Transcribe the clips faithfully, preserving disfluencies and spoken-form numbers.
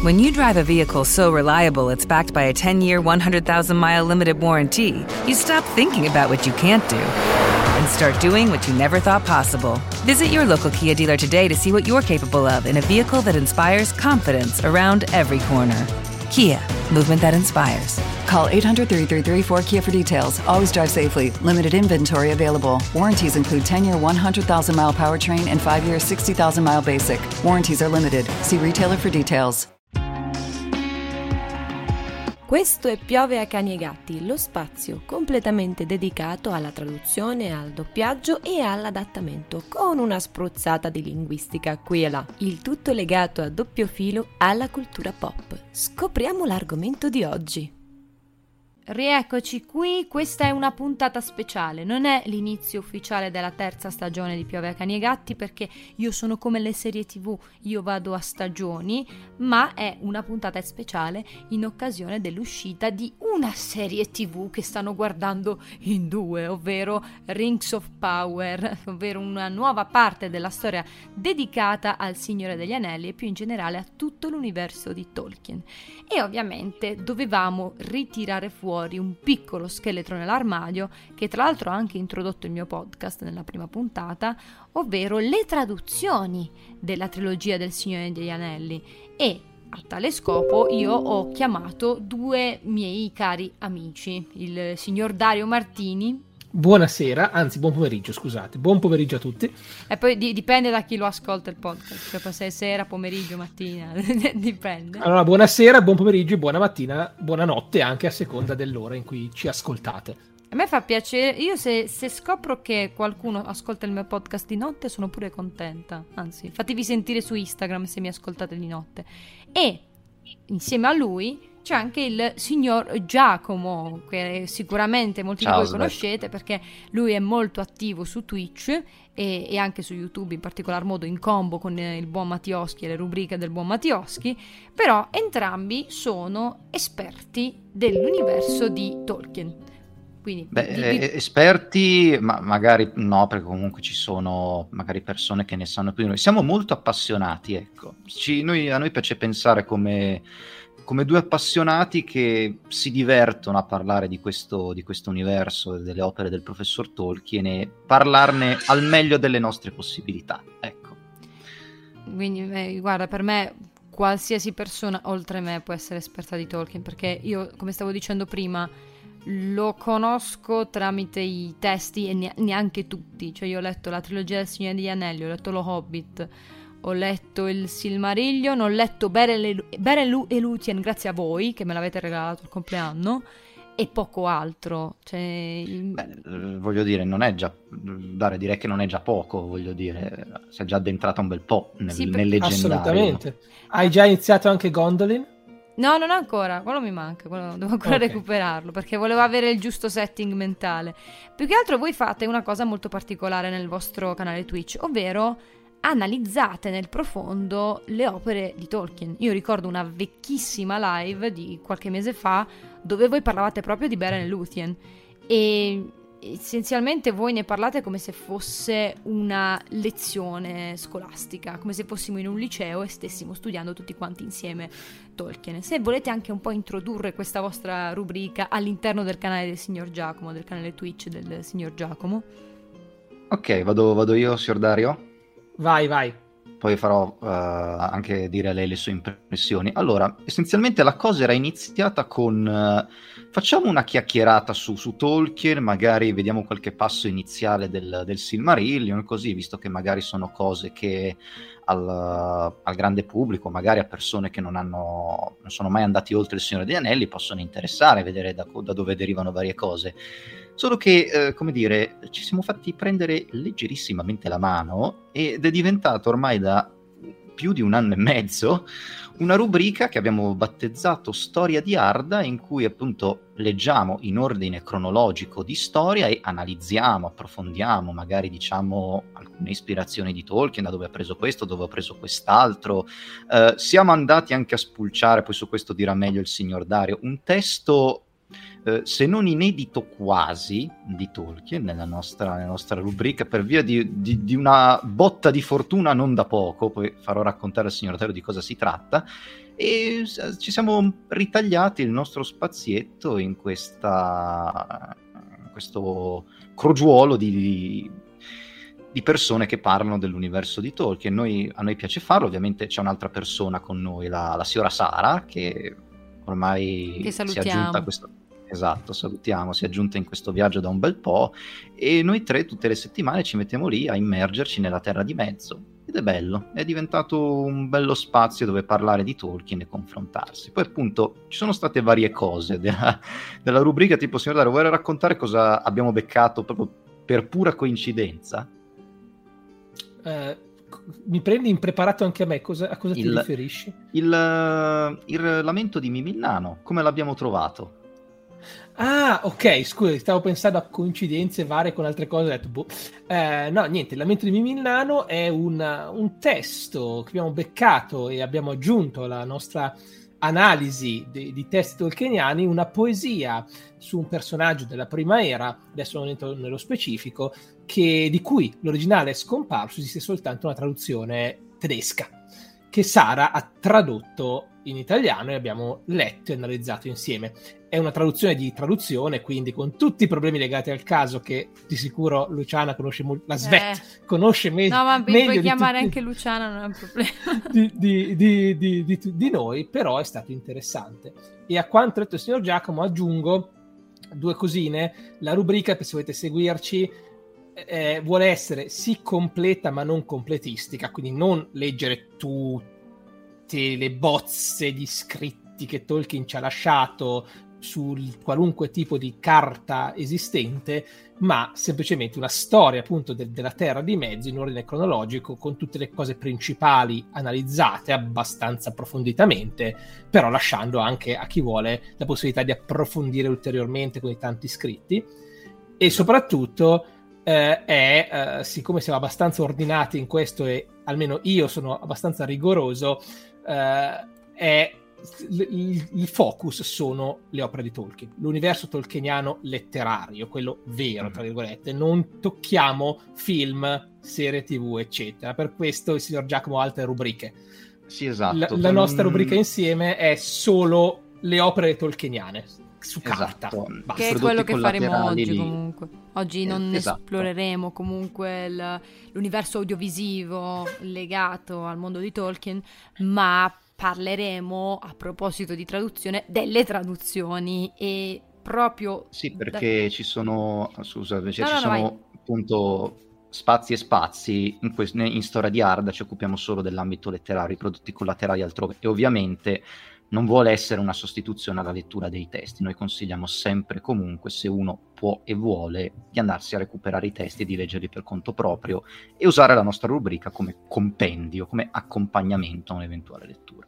When you drive a vehicle so reliable it's backed by a ten-year, one hundred thousand mile limited warranty, you stop thinking about what you can't do and start doing what you never thought possible. Visit your local Kia dealer today to see what you're capable of in a vehicle that inspires confidence around every corner. Kia, movement that inspires. Call eight hundred, three three three, four K I A for details. Always drive safely. Limited inventory available. Warranties include ten-year, one hundred thousand mile powertrain and five-year, sixty thousand mile basic. Warranties are limited. See retailer for details. Questo è Piove a cani e gatti, lo spazio completamente dedicato alla traduzione, al doppiaggio e all'adattamento, con una spruzzata di linguistica qui e là. Il tutto legato a doppio filo alla cultura pop. Scopriamo l'argomento di oggi. Rieccoci qui, questa è una puntata speciale, non è l'inizio ufficiale della terza stagione di Piove a cani e gatti perché io sono come le serie tv, io vado a stagioni, ma è una puntata speciale in occasione dell'uscita di una serie tv che stanno guardando in due, ovvero Rings of Power, ovvero una nuova parte della storia dedicata al Signore degli Anelli e più in generale a tutto l'universo di Tolkien. E ovviamente dovevamo ritirare fuori un piccolo scheletro nell'armadio che tra l'altro ha anche introdotto il mio podcast nella prima puntata, ovvero le traduzioni della trilogia del Signore degli Anelli, e a tale scopo io ho chiamato due miei cari amici, il signor Dario Martini. Buonasera, anzi buon pomeriggio, scusate, buon pomeriggio a tutti. E poi di- dipende da chi lo ascolta il podcast, cioè se è sera, pomeriggio, mattina, dipende. Allora, buonasera, buon pomeriggio, buona mattina, buonanotte anche a seconda dell'ora in cui ci ascoltate. A me fa piacere, io se, se scopro che qualcuno ascolta il mio podcast di notte sono pure contenta, anzi fatevi sentire su Instagram se mi ascoltate di notte. E insieme a lui c'è anche il signor Giacomo, che sicuramente molti Ciao, di voi conoscete perché lui è molto attivo su Twitch e, e anche su YouTube, in particolar modo in combo con il buon Mattioschi e le rubriche del buon Mattioschi, però entrambi sono esperti dell'universo di Tolkien. Quindi, Beh, di, eh, di... esperti, ma magari no, perché comunque ci sono magari persone che ne sanno più di noi. Siamo molto appassionati, ecco. Ci, noi, a noi piace pensare come... come due appassionati che si divertono a parlare di questo, di questo universo, delle opere del professor Tolkien e parlarne al meglio delle nostre possibilità, ecco. Quindi, eh, guarda, per me qualsiasi persona oltre me può essere esperta di Tolkien, perché io, come stavo dicendo prima, lo conosco tramite i testi e neanche tutti, cioè io ho letto la trilogia del Signore degli Anelli, ho letto lo Hobbit, ho letto il Silmarillion, ho letto Beren e Luthien grazie a voi che me l'avete regalato al compleanno e poco altro, cioè... Beh, voglio dire, non è già Dare, direi che non è già poco, voglio dire, si è già addentrata un bel po' nel, sì, nel leggendario. Assolutamente. Hai già iniziato anche Gondolin? No, non ancora, quello mi manca, quello devo ancora okay. recuperarlo perché volevo avere il giusto setting mentale. Più che altro voi fate una cosa molto particolare nel vostro canale Twitch, ovvero analizzate nel profondo le opere di Tolkien. Io ricordo una vecchissima live di qualche mese fa dove voi parlavate proprio di Beren e Luthien e essenzialmente voi ne parlate come se fosse una lezione scolastica, come se fossimo in un liceo e stessimo studiando tutti quanti insieme Tolkien. Se volete anche un po' introdurre questa vostra rubrica all'interno del canale del signor Giacomo, del canale Twitch del signor Giacomo. Ok, vado, vado io, signor Dario? Vai, vai. Poi farò uh, anche dire a lei le sue impressioni. Allora, essenzialmente la cosa era iniziata con uh, facciamo una chiacchierata su, su Tolkien, magari vediamo qualche passo iniziale del, del Silmarillion, così, visto che magari sono cose che al, al grande pubblico, magari a persone che non hanno non sono mai andati oltre il Signore degli Anelli, possono interessare, vedere da, da dove derivano varie cose. Solo che, eh, come dire, ci siamo fatti prendere leggerissimamente la mano ed è diventato ormai da più di un anno e mezzo una rubrica che abbiamo battezzato Storia di Arda, in cui appunto leggiamo in ordine cronologico di storia e analizziamo, approfondiamo, magari diciamo alcune ispirazioni di Tolkien, da dove ha preso questo, dove ha preso quest'altro. Eh, siamo andati anche a spulciare, poi su questo dirà meglio il signor Dario, un testo Uh, se non inedito quasi di Tolkien nella nostra, nella nostra rubrica, per via di, di, di una botta di fortuna non da poco, poi farò raccontare al signor Dario di cosa si tratta, e ci siamo ritagliati il nostro spazietto in questa in questo crogiuolo di, di persone che parlano dell'universo di Tolkien. Noi, a noi piace farlo, ovviamente c'è un'altra persona con noi, la, la signora Sara, che ormai che si è salutiamo. aggiunta a questo... Esatto, salutiamo, si è aggiunta in questo viaggio da un bel po', e noi tre tutte le settimane ci mettiamo lì a immergerci nella Terra di Mezzo, ed è bello, è diventato un bello spazio dove parlare di Tolkien e confrontarsi. Poi appunto ci sono state varie cose della, della rubrica, tipo signor Dario, vuoi raccontare cosa abbiamo beccato proprio per pura coincidenza? Eh, mi prendi impreparato anche a me, cosa, a cosa il, ti riferisci? Il, il lamento di Mimilnano, come l'abbiamo trovato? Ah, ok, scusa, stavo pensando a coincidenze varie con altre cose, ho detto, boh. Eh, no, niente, il lamento di Mimilnano è un, un testo che abbiamo beccato e abbiamo aggiunto alla nostra analisi di, di testi tolkieniani, una poesia su un personaggio della prima era, adesso non entro nello specifico, che, di cui l'originale è scomparso, esiste soltanto una traduzione tedesca, che Sara ha tradotto in italiano e abbiamo letto e analizzato insieme. È una traduzione di traduzione, quindi con tutti i problemi legati al caso, che di sicuro Luciana conosce molto, la Svet eh. conosce me- no, ma meglio puoi di chiamare tutti, anche Luciana, non è un problema. di, di, di, di, di, di noi, però è stato interessante. E a quanto detto il signor Giacomo aggiungo due cosine: la rubrica, se volete seguirci, eh, vuole essere sì completa ma non completistica, quindi non leggere tutte le bozze di scritti che Tolkien ci ha lasciato su qualunque tipo di carta esistente, ma semplicemente una storia appunto de- della Terra di Mezzo in ordine cronologico, con tutte le cose principali analizzate abbastanza approfonditamente, però lasciando anche a chi vuole la possibilità di approfondire ulteriormente con i tanti scritti. E soprattutto eh, è, eh, siccome siamo abbastanza ordinati in questo, e almeno io sono abbastanza rigoroso, eh, è il, il focus sono le opere di Tolkien, l'universo tolkieniano letterario, quello vero tra virgolette. Non tocchiamo film, serie tv eccetera. Per questo il signor Giacomo ha altre rubriche. Sì, esatto. La, la nostra rubrica insieme è solo le opere tolkieniane su carta, esatto. Che è quello che faremo oggi lì. Comunque oggi non eh, esatto. esploreremo comunque il, l'universo audiovisivo legato al mondo di Tolkien, ma parleremo, a proposito di traduzione, delle traduzioni. E proprio sì, perché da... ci sono scusa, cioè no, ci no, sono no, appunto spazi e spazi in, que- in Storia di Arda ci occupiamo solo dell'ambito letterario, i prodotti collaterali altrove, e ovviamente non vuole essere una sostituzione alla lettura dei testi. Noi consigliamo sempre e comunque, se uno può e vuole, di andarsi a recuperare i testi, di leggerli per conto proprio e usare la nostra rubrica come compendio, come accompagnamento a un'eventuale lettura.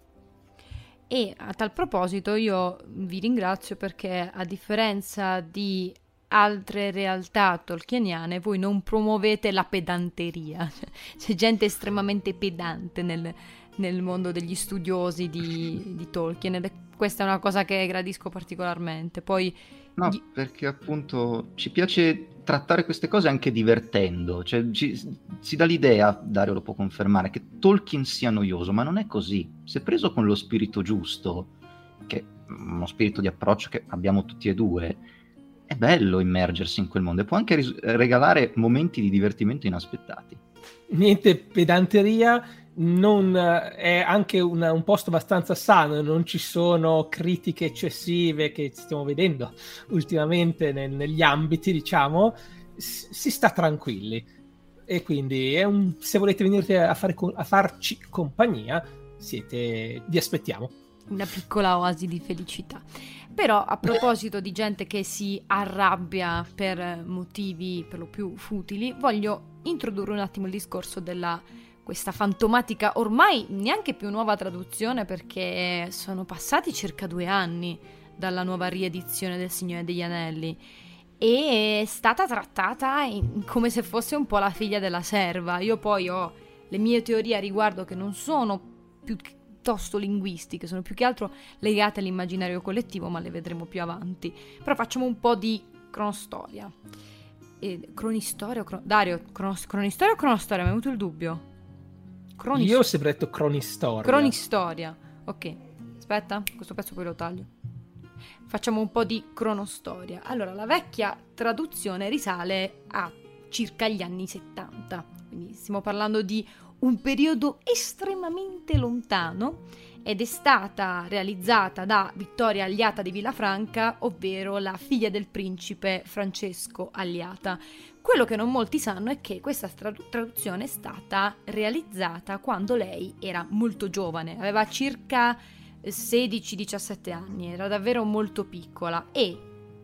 E a tal proposito io vi ringrazio perché, a differenza di altre realtà tolkieniane, voi non promuovete la pedanteria. C'è gente estremamente pedante nel, nel mondo degli studiosi di, di Tolkien, ed è, questa è una cosa che gradisco particolarmente. Poi no, gli... perché appunto ci piace trattare queste cose anche divertendo, cioè ci, si dà l'idea, Dario lo può confermare, che Tolkien sia noioso, ma non è così. Se preso con lo spirito giusto, che è uno spirito di approccio che abbiamo tutti e due, è bello immergersi in quel mondo e può anche ris- regalare momenti di divertimento inaspettati. Niente pedanteria, non, è anche una, un posto abbastanza sano, non ci sono critiche eccessive che stiamo vedendo ultimamente nel, negli ambiti, diciamo, s- si sta tranquilli, e quindi è un, se volete venire a, fare, a farci compagnia, siete, vi aspettiamo. Una piccola oasi di felicità. Però, a proposito di gente che si arrabbia per motivi per lo più futili, voglio introdurre un attimo il discorso della questa fantomatica, ormai neanche più nuova traduzione, perché sono passati circa due anni dalla nuova riedizione del Signore degli Anelli, e è stata trattata in, come se fosse un po' la figlia della serva. Io poi ho le mie teorie a riguardo, che non sono più piuttosto linguistiche, sono più che altro legate all'immaginario collettivo, ma le vedremo più avanti. Però facciamo un po' di cronostoria. E, cronistoria o cron- Dario, cronos- cronistoria o cronostoria? Mi è avuto il dubbio. Cronis- Io ho sempre detto cronistoria. Cronistoria, ok. aspetta, questo pezzo poi lo taglio. Facciamo un po' di cronostoria. Allora, la vecchia traduzione risale a circa gli anni settanta, quindi stiamo parlando di un periodo estremamente lontano, ed è stata realizzata da Vittoria Aliata di Villafranca, ovvero la figlia del principe Francesco Aliata. Quello che non molti sanno è che questa tradu- traduzione è stata realizzata quando lei era molto giovane, aveva circa sedici diciassette anni, era davvero molto piccola, e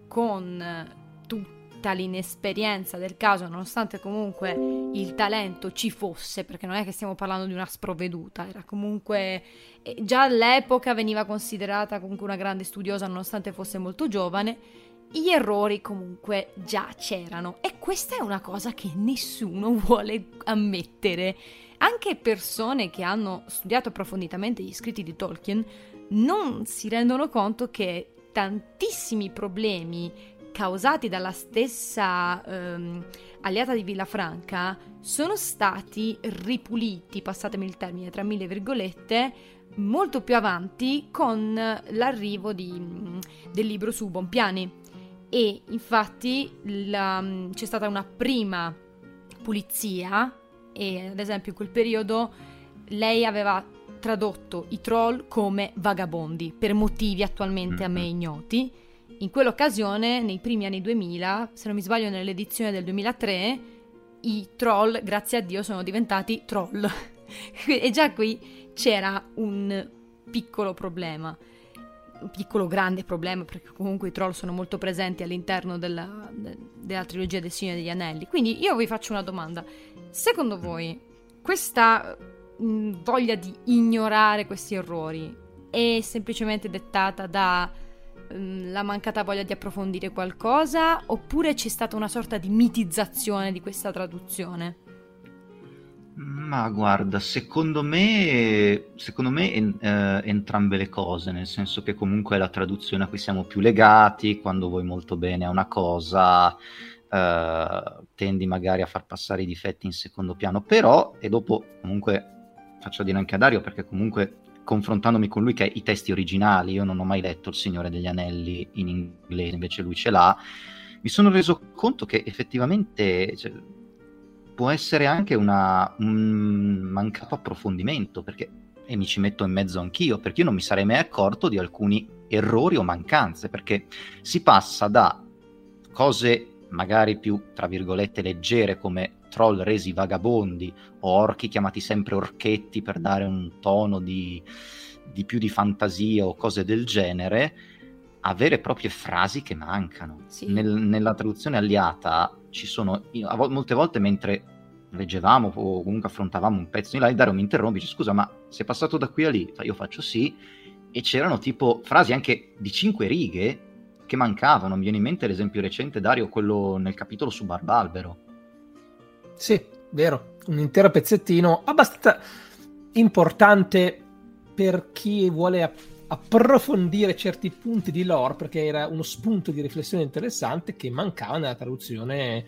con tutta l'inesperienza del caso, nonostante comunque il talento ci fosse, perché non è che stiamo parlando di una sprovveduta, era comunque eh, già all'epoca veniva considerata comunque una grande studiosa nonostante fosse molto giovane, gli errori comunque già c'erano, e questa è una cosa che nessuno vuole ammettere. Anche persone che hanno studiato approfonditamente gli scritti di Tolkien non si rendono conto che tantissimi problemi causati dalla stessa ehm, Aliata di Villafranca sono stati ripuliti, passatemi il termine, tra mille virgolette, molto più avanti con l'arrivo di, del libro su Bompiani. E infatti la, c'è stata una prima pulizia, e ad esempio in quel periodo lei aveva tradotto i troll come vagabondi per motivi attualmente a me ignoti. In quell'occasione, nei primi anni duemila, se non mi sbaglio nell'edizione del duemilatré, i troll, grazie a Dio, sono diventati troll. E già qui c'era un piccolo problema, un piccolo grande problema, perché comunque i troll sono molto presenti all'interno della, de, della trilogia del Signore degli Anelli. Quindi io vi faccio una domanda: secondo voi questa mh, voglia di ignorare questi errori è semplicemente dettata da mh, la mancata voglia di approfondire qualcosa, oppure c'è stata una sorta di mitizzazione di questa traduzione? Ma guarda, secondo me, secondo me en- eh, entrambe le cose, nel senso che comunque è la traduzione a cui siamo più legati. Quando vuoi molto bene a una cosa, eh, tendi magari a far passare i difetti in secondo piano, però, e dopo comunque faccio dire anche a Dario, perché comunque confrontandomi con lui che ha i testi originali, io non ho mai letto Il Signore degli Anelli in inglese, invece lui ce l'ha, mi sono reso conto che effettivamente... Cioè, può essere anche una, un mancato approfondimento, perché, e mi ci metto in mezzo anch'io, perché io non mi sarei mai accorto di alcuni errori o mancanze, perché si passa da cose magari più, tra virgolette, leggere, come troll resi vagabondi o orchi chiamati sempre orchetti per dare un tono di, di più di fantasia o cose del genere, a vere e proprie frasi che mancano. Sì. Nel, nella traduzione Aliata ci sono, a vo- molte volte mentre leggevamo o comunque affrontavamo un pezzo in live, Dario mi interrompe, dice scusa ma sei passato da qui a lì? Io faccio sì, e c'erano tipo frasi anche di cinque righe che mancavano. Mi viene in mente l'esempio recente, Dario, quello nel capitolo su Barbalbero. Sì, vero, un intero pezzettino abbastanza importante per chi vuole app- approfondire certi punti di lore, perché era uno spunto di riflessione interessante che mancava nella traduzione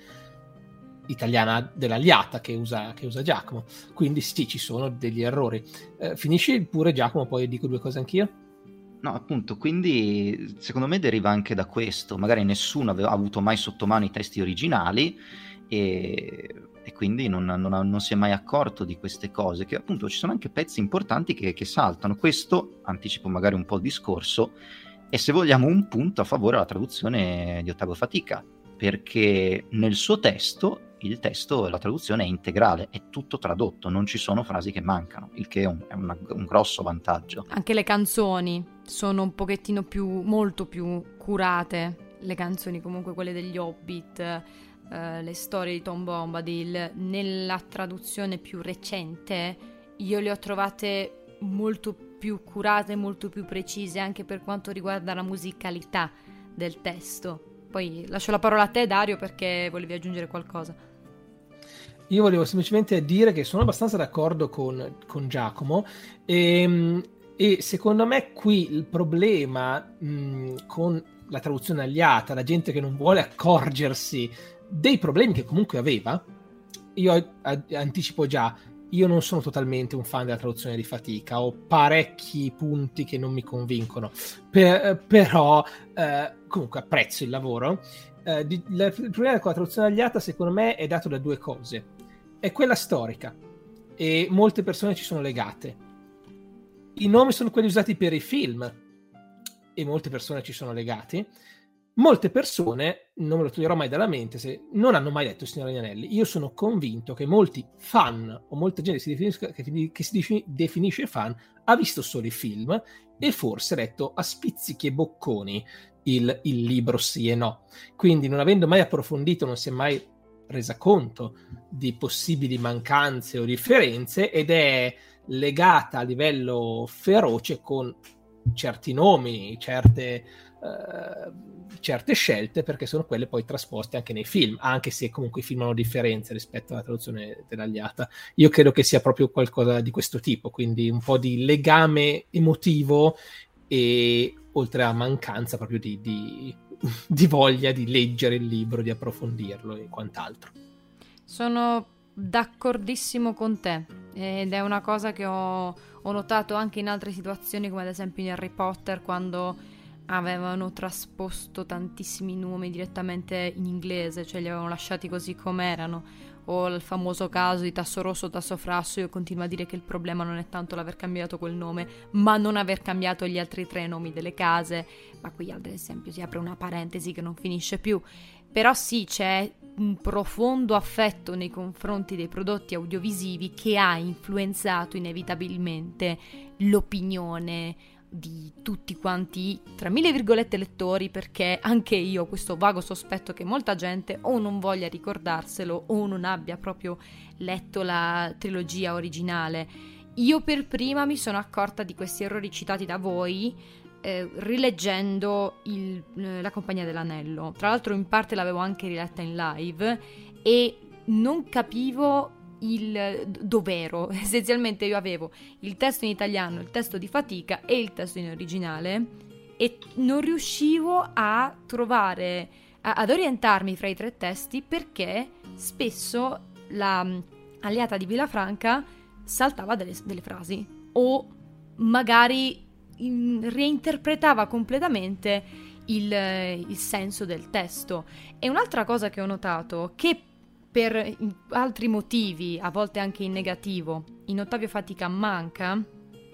italiana dell'Aliata che usa, che usa Giacomo. Quindi sì, ci sono degli errori. Eh, finisci pure Giacomo, poi dico due cose anch'io. No, appunto, quindi secondo me deriva anche da questo. Magari nessuno aveva avuto mai sotto mano i testi originali e, e quindi non, non, non si è mai accorto di queste cose, che appunto ci sono anche pezzi importanti che, che saltano. Questo, anticipo magari un po' il discorso, e se vogliamo un punto a favore della traduzione di Ottavio Fatica, perché nel suo testo, il testo, la traduzione è integrale, è tutto tradotto, non ci sono frasi che mancano, il che è un, è una, un grosso vantaggio. Anche le canzoni sono un pochettino più, molto più curate, le canzoni comunque quelle degli Hobbit, eh, le storie di Tom Bombadil. Nella traduzione più recente io le ho trovate molto più curate, molto più precise, anche per quanto riguarda la musicalità del testo. Poi lascio la parola a te, Dario, perché volevi aggiungere qualcosa. Io volevo semplicemente dire che sono abbastanza d'accordo con, con Giacomo e, e secondo me qui il problema mh, con la traduzione Aliata, la gente che non vuole accorgersi dei problemi che comunque aveva, io a, anticipo già, io non sono totalmente un fan della traduzione di Fatica, ho parecchi punti che non mi convincono, per, però eh, comunque apprezzo il lavoro. Eh, di, la, il problema con la traduzione tagliata secondo me è dato da due cose. È quella storica, e molte persone ci sono legate. I nomi sono quelli usati per i film, e molte persone ci sono legate. Molte persone, non me lo toglierò mai dalla mente, se non hanno mai letto Il Signore degli Anelli. Io sono convinto che molti fan, o molta gente si definisca, che, che si definisce fan, ha visto solo i film e forse letto a spizzichi e bocconi il, il libro sì e no. Quindi, non avendo mai approfondito, non si è mai resa conto di possibili mancanze o differenze, ed è legata a livello feroce con certi nomi, certe... Uh, certe scelte, perché sono quelle poi trasposte anche nei film, anche se comunque i film hanno differenze rispetto alla traduzione tagliata. Io credo che sia proprio qualcosa di questo tipo, quindi un po' di legame emotivo, e oltre a mancanza proprio di, di, di voglia di leggere il libro, di approfondirlo e quant'altro. Sono d'accordissimo con te, ed è una cosa che ho, ho notato anche in altre situazioni, come ad esempio in Harry Potter, quando avevano trasposto tantissimi nomi direttamente in inglese, cioè li avevano lasciati così com'erano. O il famoso caso di Tasso Rosso, Tasso Frasso. Io continuo a dire che il problema non è tanto l'aver cambiato quel nome, ma non aver cambiato gli altri tre nomi delle case. Ma qui ad esempio si apre una parentesi che non finisce più. Però sì, c'è un profondo affetto nei confronti dei prodotti audiovisivi che ha influenzato inevitabilmente l'opinione di tutti quanti, tra mille virgolette, lettori, perché anche io ho questo vago sospetto che molta gente o non voglia ricordarselo o non abbia proprio letto la trilogia originale. Io per prima mi sono accorta di questi errori citati da voi eh, rileggendo il, eh, La Compagnia dell'Anello. Tra l'altro in parte l'avevo anche riletta in live e non capivo il dov'ero. Essenzialmente io avevo il testo in italiano, il testo di Fatica e il testo in originale, e non riuscivo a trovare, a, ad orientarmi fra i tre testi, perché spesso la um, Alleata di Villafranca saltava delle, delle frasi, o magari in, reinterpretava completamente il, il senso del testo. E un'altra cosa che ho notato, che per altri motivi, a volte anche in negativo, in Ottavio Fatica manca,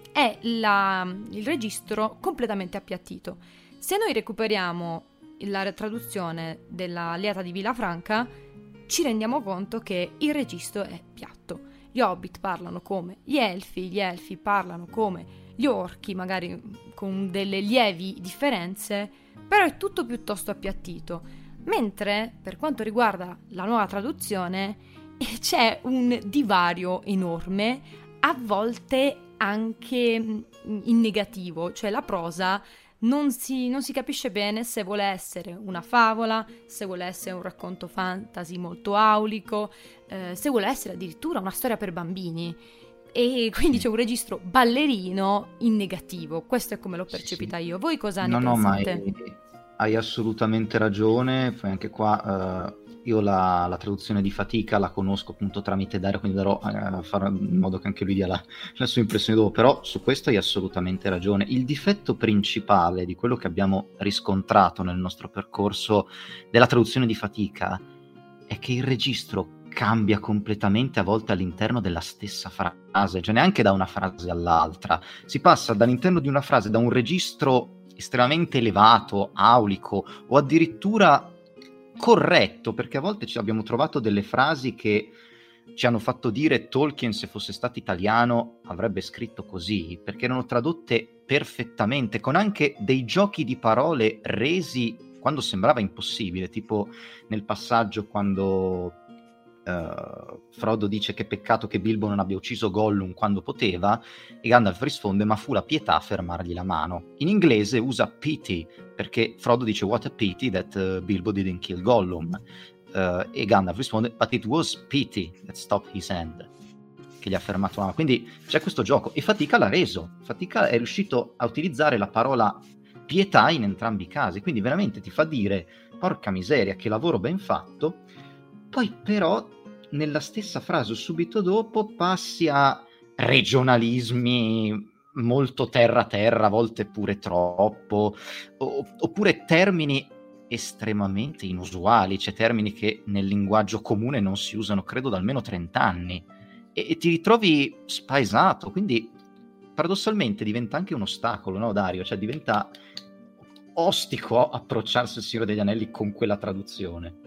è la, il registro completamente appiattito. Se noi recuperiamo la traduzione della Alleata di Villafranca, ci rendiamo conto che il registro è piatto. Gli Hobbit parlano come gli Elfi, gli Elfi parlano come gli Orchi, magari con delle lievi differenze, però è tutto piuttosto appiattito. Mentre per quanto riguarda la nuova traduzione c'è un divario enorme, a volte anche in negativo, cioè la prosa non si, non si capisce bene se vuole essere una favola, se vuole essere un racconto fantasy molto aulico, eh, se vuole essere addirittura una storia per bambini. E quindi c'è un registro ballerino in negativo. Questo è come l'ho percepita io. Voi cosa ne no, pensate? No, ma hai assolutamente ragione. Poi anche qua uh, io la, la traduzione di Fatica la conosco appunto tramite Dario, quindi darò a uh, fare in modo che anche lui dia la, la sua impressione dopo, però su questo hai assolutamente ragione. Il difetto principale di quello che abbiamo riscontrato nel nostro percorso della traduzione di Fatica è che il registro cambia completamente a volte all'interno della stessa frase, cioè neanche da una frase all'altra. Si passa dall'interno di una frase, da un registro estremamente elevato, aulico o addirittura corretto, perché a volte ci abbiamo trovato delle frasi che ci hanno fatto dire Tolkien, se fosse stato italiano avrebbe scritto così, perché erano tradotte perfettamente, con anche dei giochi di parole resi quando sembrava impossibile, tipo nel passaggio quando Uh, Frodo dice che peccato che Bilbo non abbia ucciso Gollum quando poteva, e Gandalf risponde ma fu la pietà a fermargli la mano. In inglese usa pity, perché Frodo dice what a pity that uh, Bilbo didn't kill Gollum, uh, e Gandalf risponde but it was pity that stopped his hand, che gli ha fermato la mano. Quindi c'è questo gioco, e Fatica l'ha reso. Fatica è riuscito a utilizzare la parola pietà in entrambi i casi, quindi veramente ti fa dire porca miseria che lavoro ben fatto. Poi però nella stessa frase subito dopo passi a regionalismi molto terra-terra, a volte pure troppo, o, oppure termini estremamente inusuali, cioè termini che nel linguaggio comune non si usano credo da almeno trenta anni, e, e ti ritrovi spaesato, quindi paradossalmente diventa anche un ostacolo, no Dario? Cioè diventa ostico approcciarsi al Signore degli Anelli con quella traduzione.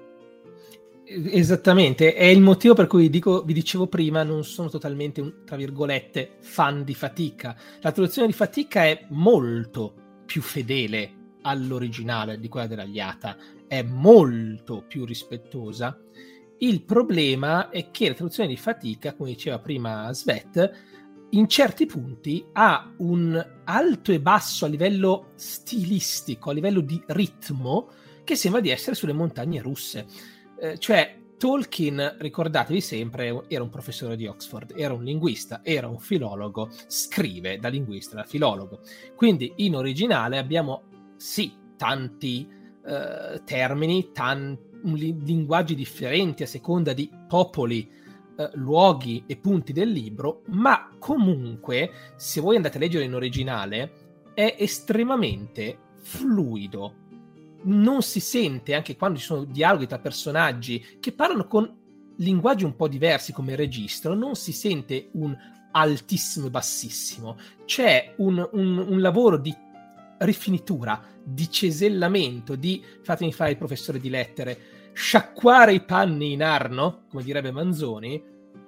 Esattamente, è il motivo per cui dico, vi dicevo prima, non sono totalmente un, tra virgolette, fan di Fatica. La traduzione di Fatica è molto più fedele all'originale di quella dell'Aliata, è molto più rispettosa. Il problema è che la traduzione di Fatica, come diceva prima Svet, in certi punti ha un alto e basso a livello stilistico, a livello di ritmo, che sembra di essere sulle montagne russe. Eh, cioè, Tolkien, ricordatevi sempre, era un professore di Oxford, era un linguista, era un filologo, scrive da linguista, da filologo. Quindi in originale abbiamo sì tanti eh, termini, tanti linguaggi differenti a seconda di popoli, eh, luoghi e punti del libro, ma comunque se voi andate a leggere in originale è estremamente fluido. Non si sente, anche quando ci sono dialoghi tra personaggi che parlano con linguaggi un po' diversi come registro, non si sente un altissimo e bassissimo. C'è un, un, un lavoro di rifinitura, di cesellamento, di, fatemi fare il professore di lettere, sciacquare i panni in arno, come direbbe Manzoni,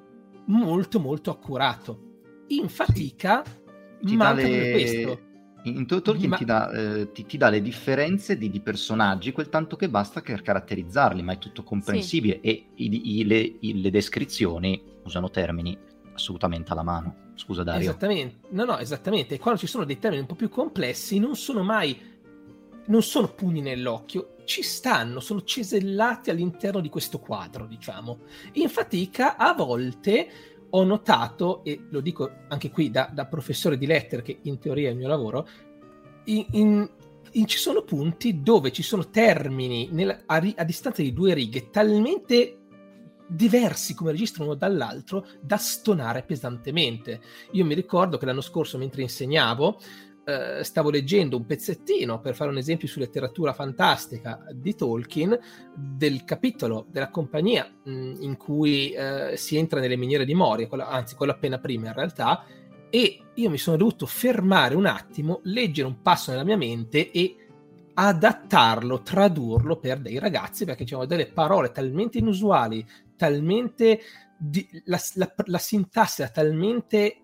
molto molto accurato. In Fatica Ti manca dà le... proprio questo. In Tolkien ma... ti, dà, eh, ti, ti dà le differenze di, di personaggi quel tanto che basta per caratterizzarli, ma è tutto comprensibile, sì. E i, i, le, i, le descrizioni usano termini assolutamente alla mano. Scusa Dario. Esattamente, no no, esattamente. E quando ci sono dei termini un po' più complessi non sono mai, non sono pugni nell'occhio, ci stanno, sono cesellati all'interno di questo quadro, diciamo. In Fatica a volte ho notato, e lo dico anche qui da, da professore di lettere, che in teoria è il mio lavoro, in, in, in ci sono punti dove ci sono termini nella, a, a distanza di due righe talmente diversi come registro uno dall'altro da stonare pesantemente. Io mi ricordo che l'anno scorso, mentre insegnavo, Uh, stavo leggendo un pezzettino, per fare un esempio, su letteratura fantastica di Tolkien, del capitolo della compagnia mh, in cui uh, si entra nelle miniere di Moria, quello, anzi quello appena prima in realtà, e io mi sono dovuto fermare un attimo, leggere un passo nella mia mente e adattarlo, tradurlo per dei ragazzi, perché c'erano delle parole talmente inusuali, talmente di, la, la, la sintassi era talmente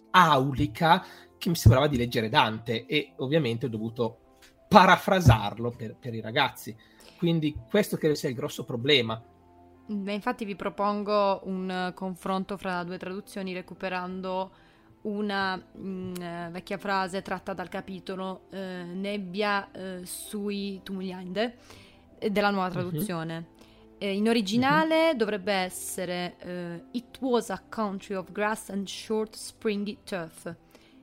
aulica che mi sembrava di leggere Dante, e ovviamente ho dovuto parafrasarlo per, per i ragazzi. Quindi questo credo sia il grosso problema. Beh, infatti vi propongo un confronto fra due traduzioni recuperando una mh, vecchia frase tratta dal capitolo eh, Nebbia eh, sui Tumuliande della nuova traduzione. Uh-huh. Eh, in originale uh-huh. dovrebbe essere eh, It was a country of grass and short springy turf,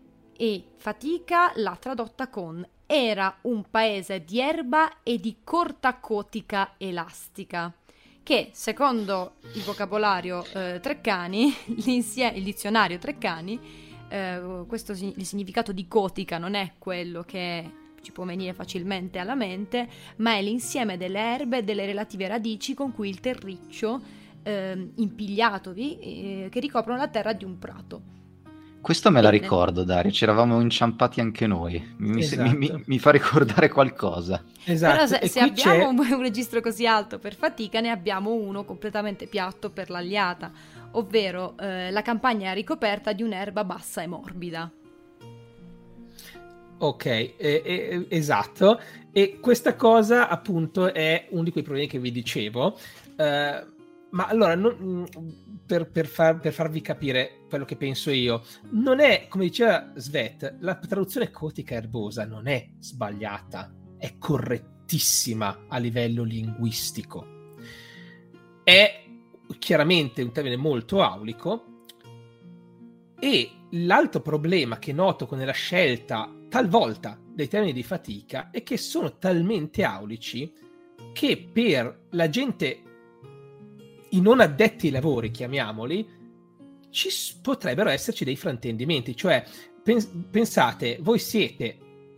e Fatica l'ha tradotta con era un paese di erba e di corta cotica elastica, che secondo il vocabolario eh, Treccani, il dizionario Treccani, eh, questo il significato di cotica non è quello che ci può venire facilmente alla mente, ma è l'insieme delle erbe e delle relative radici con cui il terriccio eh, impigliatovi eh, che ricoprono la terra di un prato. Questa me la ricordo, Dario, ci eravamo inciampati anche noi, mi, esatto. mi, mi, mi fa ricordare qualcosa. Esatto. Però se, se abbiamo c'è... un registro così alto per Fatica, ne abbiamo uno completamente piatto per l'Aliata, ovvero eh, la campagna è ricoperta di un'erba bassa e morbida. Ok, eh, eh, esatto, e questa cosa appunto è uno di quei problemi che vi dicevo. Uh, ma allora, non, per, per, far, per farvi capire quello che penso io, non è, come diceva Svet, la traduzione cotica erbosa non è sbagliata, è correttissima a livello linguistico. È chiaramente un termine molto aulico, e l'altro problema che noto con la scelta talvolta dei termini di Fatica è che sono talmente aulici che per la gente i non addetti ai lavori, chiamiamoli, ci s- potrebbero esserci dei fraintendimenti. Cioè, pens- pensate, voi siete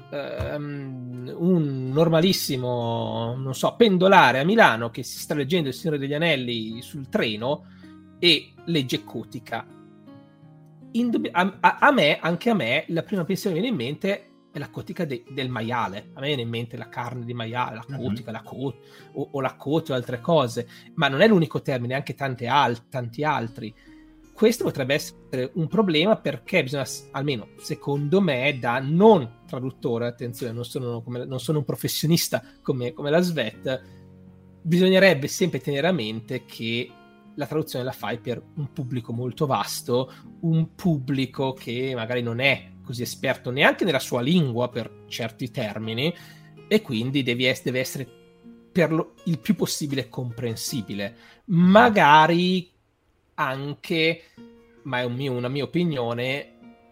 um, un normalissimo, non so, pendolare a Milano che si sta leggendo Il Signore degli Anelli sul treno e legge Cotica. Indub- a, a, a me, anche a me, la prima pensione che viene in mente è la cotica de- del maiale. A me viene in mente la carne di maiale, la cotica, mm-hmm. la co- o, o la cote o altre cose, ma non è l'unico termine, anche tante al- tanti altri. Questo potrebbe essere un problema, perché bisogna, almeno secondo me, da non traduttore, attenzione, non sono, come, non sono un professionista come, come la Svet, bisognerebbe sempre tenere a mente che la traduzione la fai per un pubblico molto vasto, un pubblico che magari non è così esperto neanche nella sua lingua per certi termini, e quindi devi es- deve essere per lo, il più possibile comprensibile. Magari anche, ma è un mio, una mia opinione,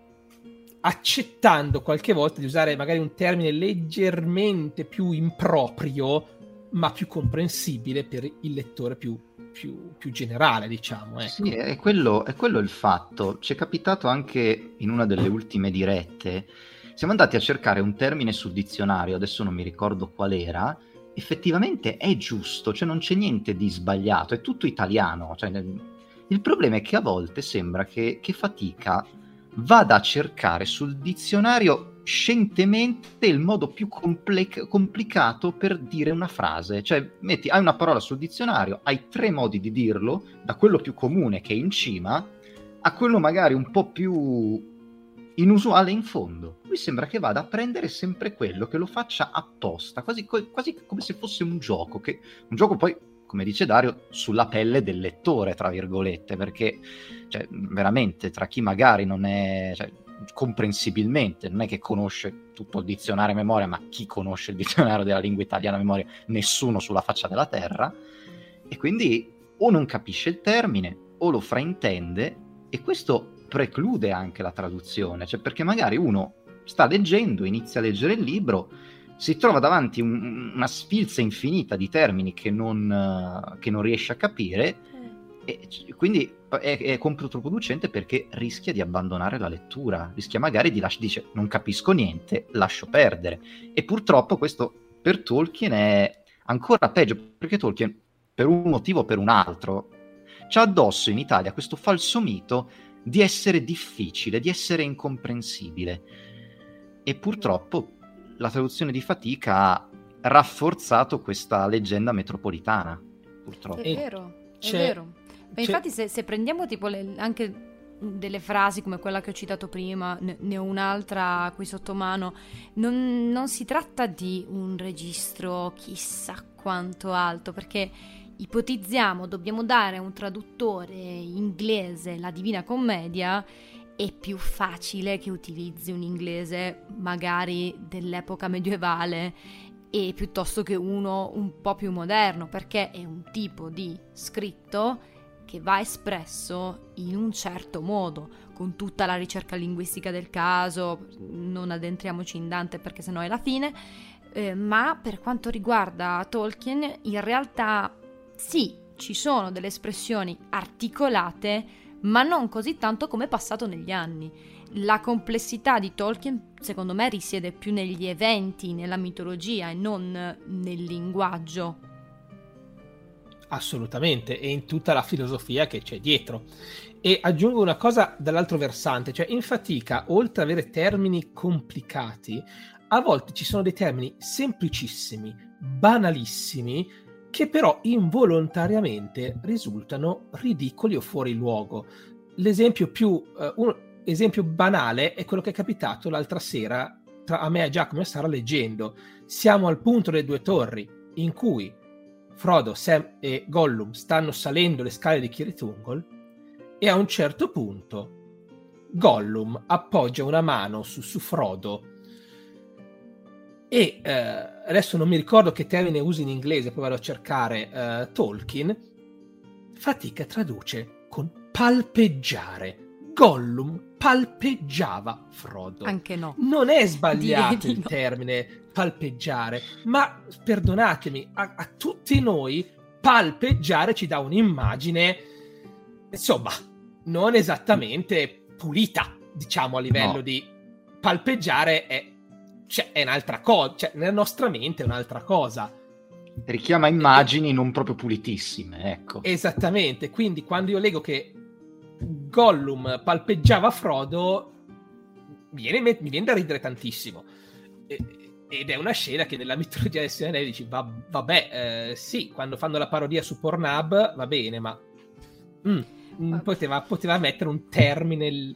accettando qualche volta di usare magari un termine leggermente più improprio, ma più comprensibile per il lettore più, più, più generale, diciamo. Ecco. Sì, è quello, è quello il fatto. Ci è capitato anche in una delle ultime dirette. Siamo andati a cercare un termine sul dizionario, adesso non mi ricordo qual era. Effettivamente è giusto, cioè non c'è niente di sbagliato, è tutto italiano. Cioè, il problema è che a volte sembra che, che Fatica vada a cercare sul dizionario scientemente il modo più comple- complicato per dire una frase. Cioè, metti, hai una parola sul dizionario, hai tre modi di dirlo, da quello più comune che è in cima a quello magari un po' più inusuale in fondo. Mi sembra che vada a prendere sempre quello, che lo faccia apposta, quasi, quasi come se fosse un gioco, che un gioco poi, come dice Dario, sulla pelle del lettore, tra virgolette, perché cioè, veramente tra chi magari non è, cioè, comprensibilmente, non è che conosce tutto il dizionario a memoria, ma chi conosce il dizionario della lingua italiana a memoria? Nessuno sulla faccia della terra, e quindi o non capisce il termine o lo fraintende, e questo preclude anche la traduzione, cioè perché magari uno sta leggendo, inizia a leggere il libro, si trova davanti un, una sfilza infinita di termini che non, che non riesce a capire, e quindi è, è controproducente, perché rischia di abbandonare la lettura, rischia magari di lasciare, dice non capisco niente, lascio perdere. E purtroppo questo per Tolkien è ancora peggio, perché Tolkien, per un motivo o per un altro, c'ha addosso in Italia questo falso mito di essere difficile, di essere incomprensibile, e purtroppo la traduzione di Fatica ha rafforzato questa leggenda metropolitana, purtroppo. È vero, è c'è, vero. Ma c'è... infatti se, se prendiamo tipo le, anche delle frasi come quella che ho citato prima, ne, ne ho un'altra qui sotto mano, non, non si tratta di un registro chissà quanto alto, perché ipotizziamo, dobbiamo dare a un traduttore inglese la Divina Commedia, è più facile che utilizzi un inglese magari dell'epoca medievale e piuttosto che uno un po' più moderno, perché è un tipo di scritto che va espresso in un certo modo, con tutta la ricerca linguistica del caso, non addentriamoci in Dante perché sennò è la fine, eh, ma per quanto riguarda Tolkien, in realtà sì, ci sono delle espressioni articolate, ma non così tanto come è passato negli anni. La complessità di Tolkien, secondo me, risiede più negli eventi, nella mitologia e non nel linguaggio. Assolutamente, e in tutta la filosofia che c'è dietro. E aggiungo una cosa dall'altro versante, cioè in Fatica, oltre ad avere termini complicati, a volte ci sono dei termini semplicissimi, banalissimi, che però involontariamente risultano ridicoli o fuori luogo. L'esempio più uh, un esempio banale è quello che è capitato l'altra sera tra a me, a Giacomo e a Sara leggendo. Siamo al punto delle due torri, in cui Frodo, Sam e Gollum stanno salendo le scale di Kirithungol, e a un certo punto Gollum appoggia una mano su, su Frodo e eh, adesso non mi ricordo che termine usi in inglese, poi vado a cercare eh, Tolkien. Fatica traduce con palpeggiare. Gollum palpeggiava Frodo. Anche no. Non è sbagliato Direi il di no. termine palpeggiare, ma perdonatemi, a, a tutti noi palpeggiare ci dà un'immagine, insomma, non esattamente pulita, diciamo, a livello No. di palpeggiare è, cioè, è un'altra cosa, cioè nella nostra mente è un'altra cosa. Richiama immagini non proprio pulitissime, ecco. Esattamente, quindi quando io leggo che Gollum palpeggiava Frodo, mi viene, mi viene da ridere tantissimo. E, ed è una scena che nella mitologia del Signore degli Anelli dici, va, vabbè, eh, sì, quando fanno la parodia su Pornhub va bene, ma mm, mm, poteva, poteva mettere un termine l-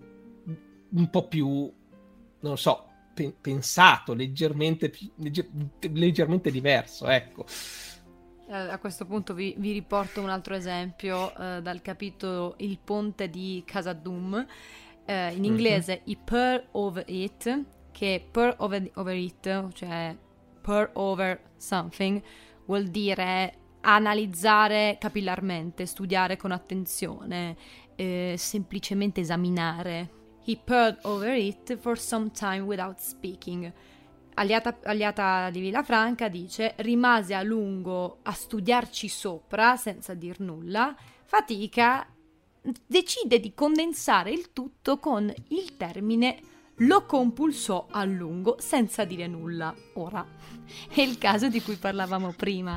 un po' più, non so, pe- pensato, leggermente, più- legger- leggermente diverso, ecco. Eh, A questo punto vi, vi riporto un altro esempio eh, dal capitolo Il ponte di Khazad-dûm, eh, in inglese i Pearl over it, che Pearl over, over it, cioè Pearl over something, vuol dire analizzare capillarmente, studiare con attenzione, eh, semplicemente esaminare. He peared over it for some time without speaking. Aliata, Aliata di Villafranca dice: rimase a lungo a studiarci sopra senza dir nulla. Fatica decide di condensare il tutto con il termine lo compulsò a lungo senza dire nulla. Ora, è il caso di cui parlavamo prima.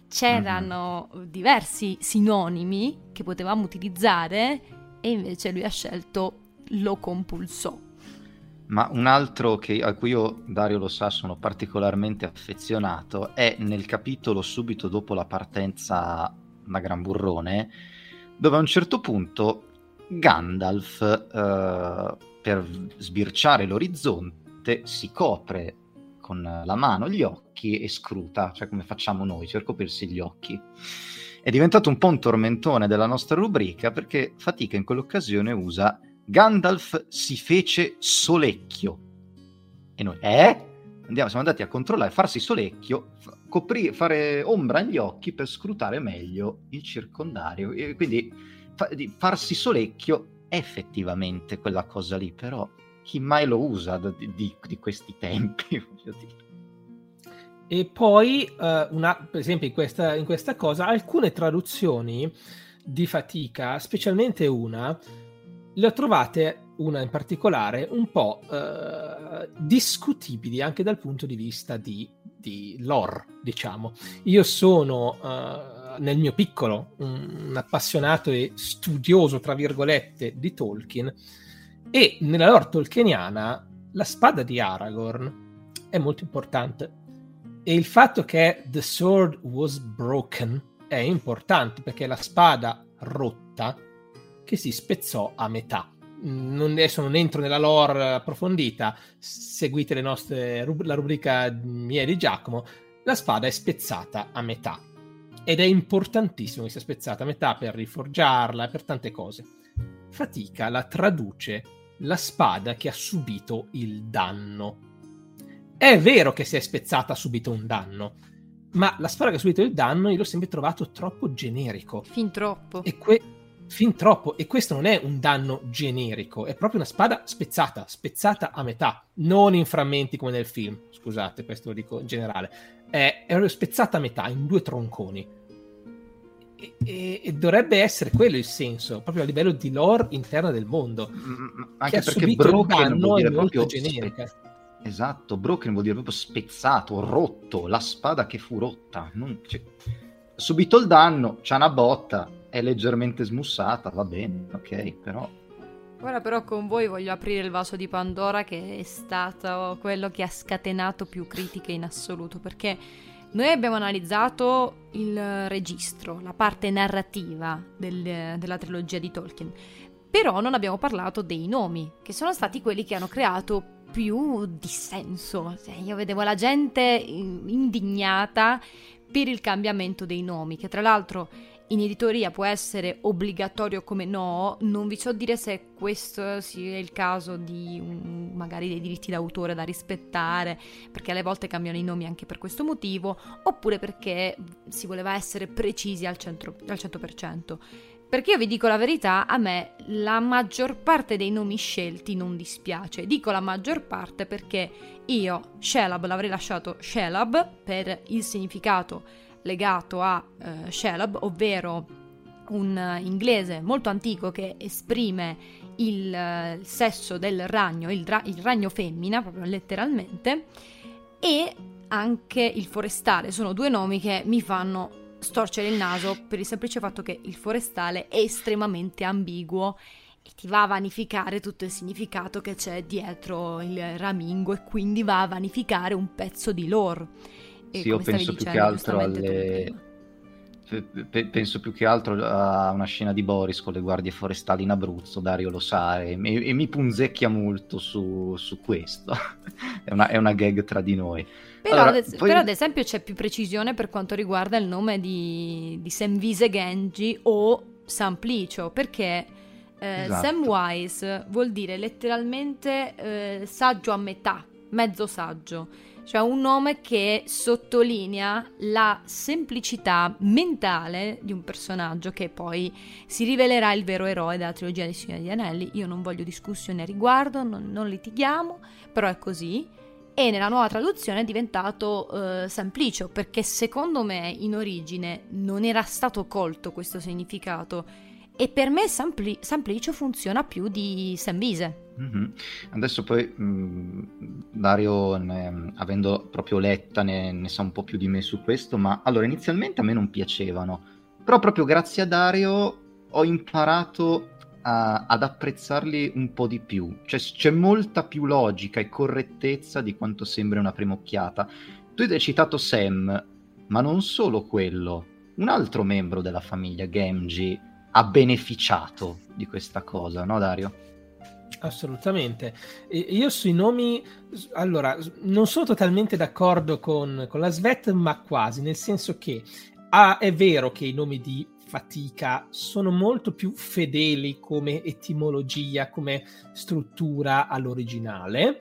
C'erano mm-hmm. diversi sinonimi che potevamo utilizzare e invece lui ha scelto lo compulsò. Ma un altro che, a cui io, Dario lo sa, sono particolarmente affezionato è nel capitolo subito dopo la partenza da Gran Burrone, dove a un certo punto Gandalf, eh, per sbirciare l'orizzonte, si copre con la mano gli occhi e scruta, cioè come facciamo noi, per coprirsi gli occhi. È diventato un po' un tormentone della nostra rubrica, perché Fatica in quell'occasione usa Gandalf si fece solecchio. E noi, eh? Andiamo, siamo andati a controllare, farsi solecchio, f- copri- fare ombra agli occhi per scrutare meglio il circondario. E quindi fa- di farsi solecchio è effettivamente quella cosa lì, però chi mai lo usa di, di, di questi tempi? Voglio dire. E poi, uh, una, per esempio, in questa, in questa cosa, alcune traduzioni di Fatica, specialmente una, le ho trovate, una in particolare, un po' uh, discutibili anche dal punto di vista di, di lore, diciamo. Io sono, uh, nel mio piccolo, un, un appassionato e studioso, tra virgolette, di Tolkien, e nella lore tolkieniana la spada di Aragorn è molto importante. E il fatto che The Sword was broken è importante, perché è la spada rotta che si spezzò a metà. Non, adesso non entro nella lore approfondita, seguite le nostre, la rubrica mia di Giacomo. La spada è spezzata a metà ed è importantissimo che sia spezzata a metà per riforgiarla, per tante cose. Fatica la traduce la spada che ha subito il danno. È vero che se è spezzata ha subito un danno, ma la spada che ha subito il danno io l'ho sempre trovato troppo generico. Fin troppo. E que- fin troppo. E questo non è un danno generico, è proprio una spada spezzata, spezzata a metà, non in frammenti come nel film, scusate, questo lo dico in generale. È, è spezzata a metà, in due tronconi. E, e, e dovrebbe essere quello il senso, proprio a livello di lore interna del mondo. Mm, che anche ha perché subito il broken danno vuol dire è molto proprio generica. spe- esatto, broken vuol dire proprio spezzato, rotto, la spada che fu rotta. Non, cioè, ha subito il danno, c'ha una botta, è leggermente smussata, va bene, ok, però... Ora però con voi voglio aprire il vaso di Pandora, che è stato quello che ha scatenato più critiche in assoluto, perché noi abbiamo analizzato il registro, la parte narrativa del, della trilogia di Tolkien, però non abbiamo parlato dei nomi, che sono stati quelli che hanno creato più dissenso. Cioè, io vedevo la gente indignata per il cambiamento dei nomi, che tra l'altro in editoria può essere obbligatorio come no. Non vi so dire se questo sia il caso di um, magari dei diritti d'autore da rispettare, perché alle volte cambiano i nomi anche per questo motivo, oppure perché si voleva essere precisi al cento per cento. Perché io vi dico la verità, a me la maggior parte dei nomi scelti non dispiace. Dico la maggior parte perché io Shelob l'avrei lasciato Shelob per il significato legato a uh, Shelob, ovvero un inglese molto antico che esprime il, uh, il sesso del ragno, il, ra- il ragno femmina, proprio letteralmente, e anche il forestale. Sono due nomi che mi fanno storcere il naso per il semplice fatto che il forestale è estremamente ambiguo e ti va a vanificare tutto il significato che c'è dietro il ramingo, e quindi va a vanificare un pezzo di lore. E sì, io penso più che altro alle... penso più che altro a una scena di Boris con le guardie forestali in Abruzzo. Dario lo sa, e, e mi punzecchia molto su, su questo. è, una, è una gag tra di noi. Però, allora, ad, poi... però ad esempio c'è più precisione per quanto riguarda il nome di, di Samvise Genji o Samplicio, perché eh, esatto. Samwise vuol dire letteralmente eh, saggio a metà, mezzo saggio, cioè un nome che sottolinea la semplicità mentale di un personaggio che poi si rivelerà il vero eroe della trilogia dei Signori degli Anelli. Io non voglio discussioni a riguardo, non, non litighiamo, però è così. E nella nuova traduzione è diventato uh, Samplicio, perché secondo me in origine non era stato colto questo significato, e per me Sampli- Samplicio funziona più di Samvise. Mm-hmm. Adesso poi mh, Dario, ne, avendo proprio letta, ne, ne sa un po' più di me su questo, ma allora inizialmente a me non piacevano, però proprio grazie a Dario ho imparato a, ad apprezzarli un po' di più. Cioè c'è molta più logica e correttezza di quanto sembra una prima occhiata. Tu hai citato Sam, ma non solo quello, un altro membro della famiglia, Gamgee, ha beneficiato di questa cosa, no Dario? Assolutamente. E io sui nomi, allora, non sono totalmente d'accordo con, con la Svet, ma quasi, nel senso che ah, è vero che i nomi di fatica sono molto più fedeli come etimologia, come struttura all'originale,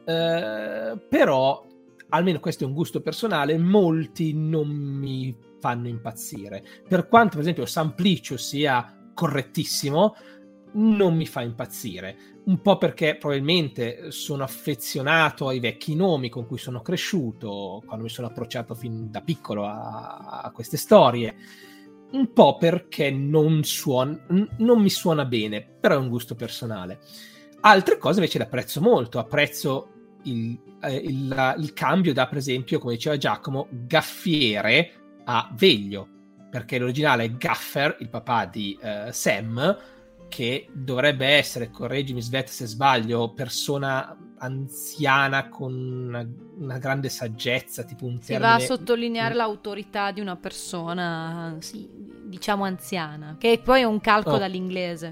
eh, però, almeno questo è un gusto personale, molti non mi fanno impazzire. Per quanto per esempio Samplicio sia correttissimo, non mi fa impazzire, un po' perché probabilmente sono affezionato ai vecchi nomi con cui sono cresciuto, quando mi sono approcciato fin da piccolo a, a queste storie, un po' perché non, suona, non mi suona bene, però è un gusto personale. Altre cose invece le apprezzo molto, apprezzo il, eh, il, il cambio da, per esempio, come diceva Giacomo, Gaffiere a Veglio, perché l'originale è Gaffer, il papà di eh, Sam, che dovrebbe essere, correggimi Svet se sbaglio, persona anziana con una, una grande saggezza, tipo un si termine... va a sottolineare l'autorità di una persona, sì, diciamo anziana, che poi è un calco oh. dall'inglese.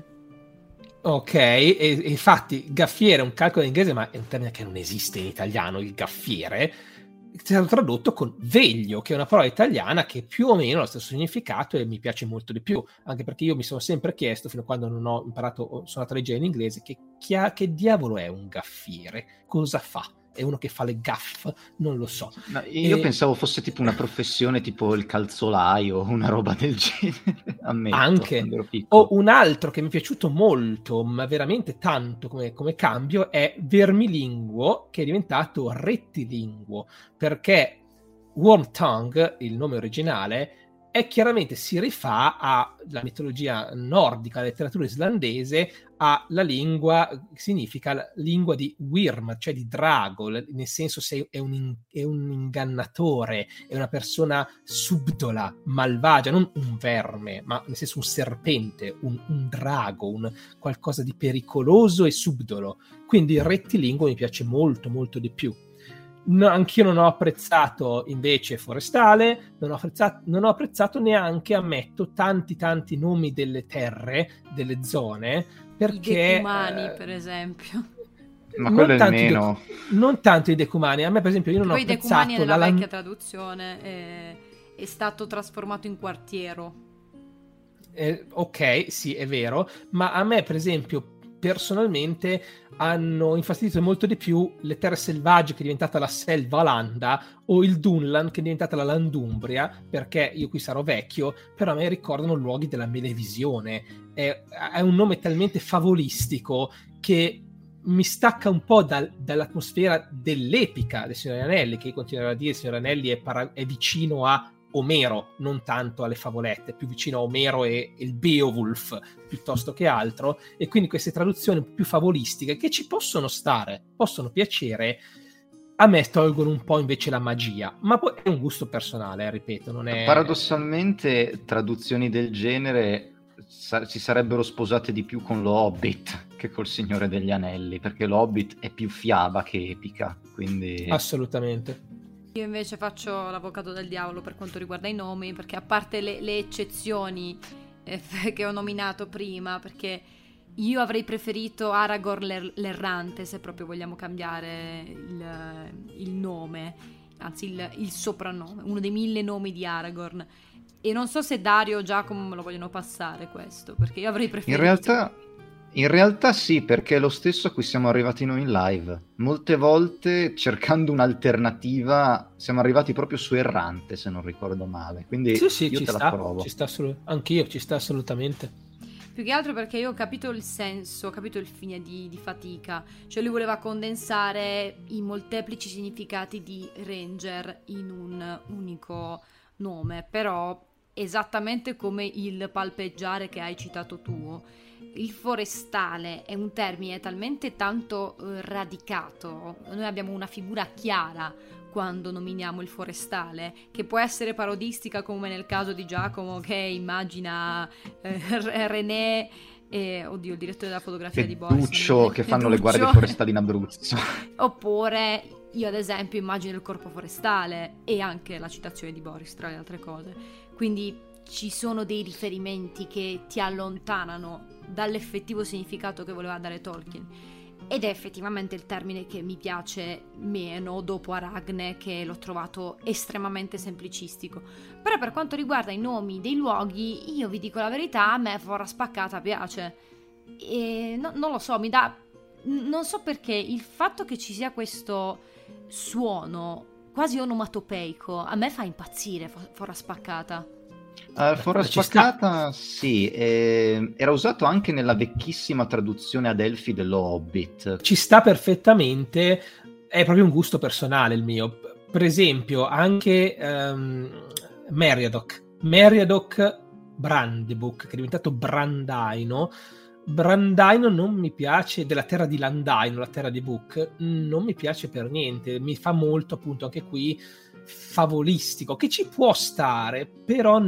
Ok, e, e infatti gaffiere è un calco dall'inglese, ma è un termine che non esiste in italiano, il gaffiere. È stato tradotto con veglio, che è una parola italiana che più o meno ha lo stesso significato e mi piace molto di più, anche perché io mi sono sempre chiesto, fino a quando non ho imparato, sono andato a leggere in inglese, che, che, che diavolo è un gaffiere? Cosa fa? È uno che fa le gaff? Non lo so. No, io e... pensavo fosse tipo una professione tipo il calzolaio, una roba del genere. Ammetto, anche. O un altro che mi è piaciuto molto, ma veramente tanto come, come cambio, è vermilinguo, che è diventato rettilinguo, perché Wormtongue, il nome originale, è chiaramente si rifà alla mitologia nordica, alla letteratura islandese, alla lingua, significa la lingua di Wyrm, cioè di drago, nel senso se è un, è un ingannatore, è una persona subdola, malvagia, non un verme, ma nel senso un serpente, un, un drago, un qualcosa di pericoloso e subdolo. Quindi il rettilinguo mi piace molto molto di più. No, anch'io non ho apprezzato invece Forestale, non ho apprezzato, non ho apprezzato neanche, ammetto, tanti tanti nomi delle terre, delle zone, perché... I decumani, eh, per esempio. Ma quello è meno... De- non tanto i decumani, a me per esempio io non poi ho apprezzato... Poi i decumani nella la... vecchia traduzione è, è stato trasformato in quartiero. Eh, ok, sì, è vero, ma a me per esempio... personalmente hanno infastidito molto di più le terre selvagge, che è diventata la selva landa, o il Dunland, che è diventata la Landumbria, perché io qui sarò vecchio, però a me ricordano luoghi della Melevisione. È, è un nome talmente favolistico che mi stacca un po' dal, dall'atmosfera dell'epica del Signore Anelli, che io continuerò a dire il Signore Anelli è, para- è vicino a Omero, non tanto alle favolette, più vicino a Omero e, e il Beowulf piuttosto che altro, e quindi queste traduzioni più favolistiche che ci possono stare, possono piacere, a me tolgono un po' invece la magia, ma poi è un gusto personale, ripeto, non è... Paradossalmente traduzioni del genere sa- si sarebbero sposate di più con lo Hobbit che col Signore degli Anelli, perché lo Hobbit è più fiaba che epica, quindi... Assolutamente. Io invece faccio l'avvocato del diavolo per quanto riguarda i nomi, perché a parte le, le eccezioni eh, che ho nominato prima, perché io avrei preferito Aragorn l'er- l'errante, se proprio vogliamo cambiare il, il nome, anzi il, il soprannome, uno dei mille nomi di Aragorn. E non so se Dario o Giacomo me lo vogliono passare questo, perché io avrei preferito... In realtà, in realtà sì, perché è lo stesso a cui siamo arrivati noi in live. Molte volte, cercando un'alternativa, siamo arrivati proprio su errante, se non ricordo male. Quindi Sì, sì, io ci te sta, la provo. ci sta assolut- anch'io, ci sta assolutamente. Più che altro perché io ho capito il senso, ho capito il fine di, di Fatica. Cioè lui voleva condensare i molteplici significati di Ranger in un unico nome, però esattamente come il palpeggiare che hai citato tu, il forestale è un termine talmente tanto eh, radicato, noi abbiamo una figura chiara quando nominiamo il forestale, che può essere parodistica come nel caso di Giacomo che immagina eh, René e oddio il direttore della fotografia E di Boris Duccio che fanno le Duccio. guardie forestali in Abruzzo. Oppure io ad esempio immagino il corpo forestale e anche la citazione di Boris tra le altre cose, quindi ci sono dei riferimenti che ti allontanano dall'effettivo significato che voleva dare Tolkien. Ed è effettivamente il termine che mi piace meno dopo Aragne, che l'ho trovato estremamente semplicistico. Però per quanto riguarda i nomi dei luoghi, io vi dico la verità, a me Fora Spaccata piace. E no, non lo so, mi dà... Non so perché il fatto che ci sia questo suono quasi onomatopeico a me fa impazzire Fora Spaccata. Uh, Fora Ci Spaccata, sì, eh, era usato anche nella vecchissima traduzione ad Elfi dello Hobbit. Ci sta perfettamente, è proprio un gusto personale il mio. Per esempio, anche um, Meriadoc, Meriadoc Brandybuck, che è diventato Brandaino. Brandaino non mi piace, della terra di Landaino, la terra di Book, non mi piace per niente, mi fa molto appunto anche qui favolistico, che ci può stare, però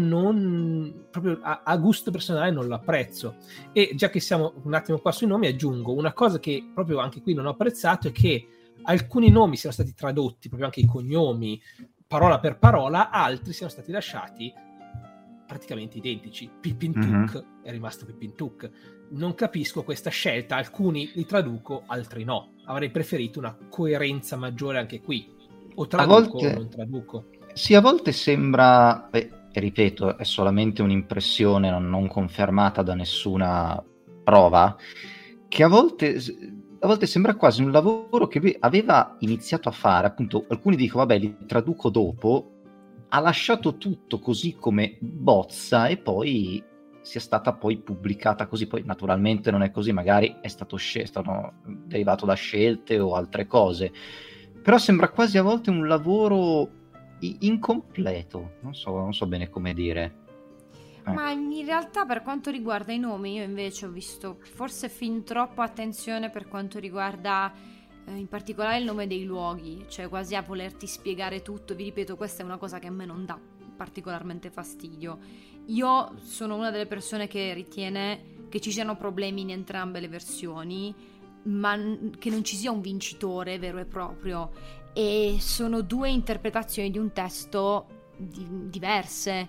non proprio a, a gusto personale non lo apprezzo. E già che siamo un attimo qua sui nomi, aggiungo una cosa che proprio anche qui non ho apprezzato, è che alcuni nomi siano stati tradotti, proprio anche i cognomi, parola per parola, altri siano stati lasciati praticamente identici. Pippin Mm-hmm. Took è rimasto Pippin Took. Non capisco questa scelta, alcuni li traduco, altri no. Avrei preferito una coerenza maggiore anche qui. O traduco volte... o non traduco. Sì, a volte sembra, beh, ripeto, è solamente un'impressione non, non confermata da nessuna prova, che a volte, a volte sembra quasi un lavoro che aveva iniziato a fare, appunto, alcuni dicono, vabbè, li traduco dopo, ha lasciato tutto così come bozza e poi sia stata poi pubblicata così. Poi naturalmente non è così, magari è stato, scel- stato derivato da scelte o altre cose, però sembra quasi a volte un lavoro i- incompleto, non so, non so bene come dire. Eh. Ma in realtà per quanto riguarda i nomi io invece ho visto forse fin troppa attenzione per quanto riguarda eh, in particolare il nome dei luoghi, cioè quasi a volerti spiegare tutto. Vi ripeto, questa è una cosa che a me non dà particolarmente fastidio. Io sono una delle persone che ritiene che ci siano problemi in entrambe le versioni, ma n- che non ci sia un vincitore vero e proprio, e sono due interpretazioni di un testo di- diverse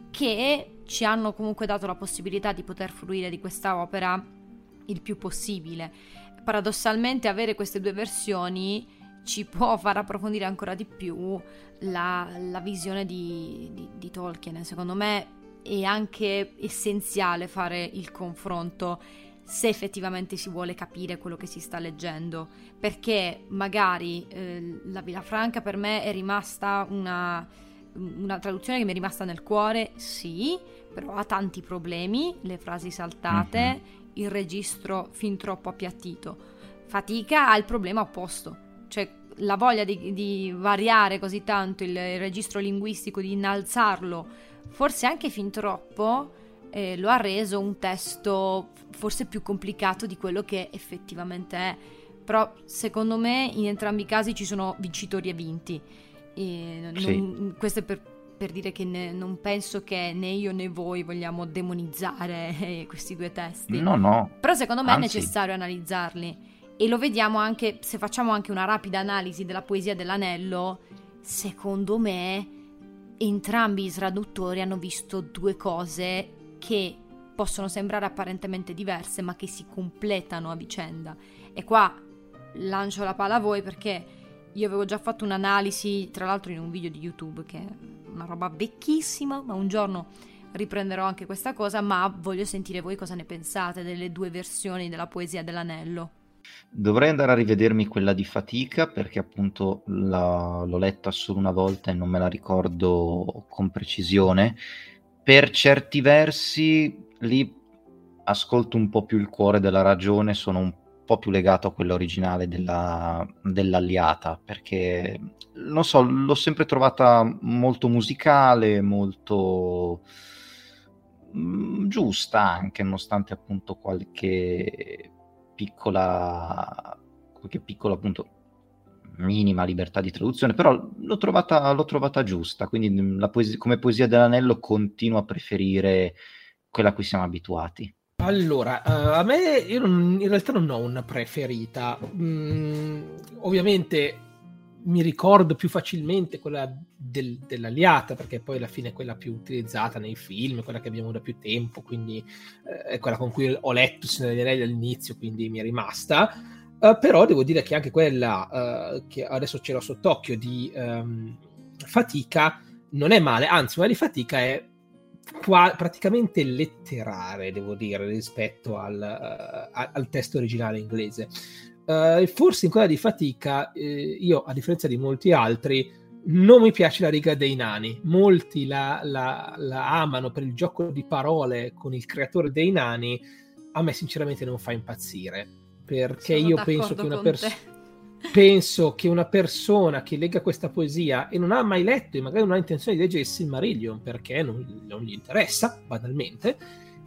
che ci hanno comunque dato la possibilità di poter fruire di questa opera il più possibile. Paradossalmente avere queste due versioni ci può far approfondire ancora di più la, la visione di, di, di Tolkien. Secondo me è anche essenziale fare il confronto se effettivamente si vuole capire quello che si sta leggendo, perché magari eh, la Villafranca per me è rimasta una, una traduzione che mi è rimasta nel cuore, sì, però ha tanti problemi, le frasi saltate, mm-hmm. il registro fin troppo appiattito. Fatica ha il problema opposto, cioè la voglia di, di variare così tanto il, il registro linguistico, di innalzarlo, forse anche fin troppo, eh, lo ha reso un testo forse più complicato di quello che effettivamente è. Però secondo me in entrambi i casi ci sono vincitori e vinti. E non, Sì. questo è per, per dire che ne, non penso che né io né voi vogliamo demonizzare eh, questi due testi. No, no. Però secondo me Anzi. è necessario analizzarli. E lo vediamo anche, se facciamo anche una rapida analisi della poesia dell'anello, secondo me entrambi i traduttori hanno visto due cose che possono sembrare apparentemente diverse, ma che si completano a vicenda. E qua lancio la palla a voi, perché io avevo già fatto un'analisi, tra l'altro in un video di YouTube, che è una roba vecchissima, ma un giorno riprenderò anche questa cosa, ma voglio sentire voi cosa ne pensate delle due versioni della poesia dell'anello. Dovrei andare a rivedermi quella di Fatica, perché appunto la- l'ho letta solo una volta e non me la ricordo con precisione. Per certi versi lì ascolto un po' più il cuore della ragione, sono un po' più legato a quella originale della, dell'Alliata, perché non so, l'ho sempre trovata molto musicale, molto mm, giusta anche, nonostante appunto qualche piccola, qualche piccola appunto minima libertà di traduzione, però l'ho trovata, l'ho trovata giusta, quindi la poesia, come poesia dell'anello continuo a preferire quella a cui siamo abituati. Allora, uh, a me io non, in realtà non ho una preferita. Mm, ovviamente mi ricordo più facilmente quella del, dell'Alliata, perché poi alla fine è quella più utilizzata nei film, quella che abbiamo da più tempo, quindi eh, è quella con cui ho letto Signore degli Anelli all'inizio, quindi mi è rimasta. Uh, però devo dire che anche quella uh, che adesso ce l'ho sott'occhio di um, Fatica non è male, anzi quella di Fatica è qua praticamente letterale, devo dire, rispetto al, uh, al testo originale inglese. Uh, forse in quella di Fatica eh, io, a differenza di molti altri, non mi piace la riga dei nani. Molti la, la, la amano per il gioco di parole con il creatore dei nani. A me sinceramente non fa impazzire, perché Sono io penso che una con persona te. penso che una persona che legga questa poesia e non ha mai letto e magari non ha intenzione di leggere il Silmarillion perché non, non gli interessa, banalmente,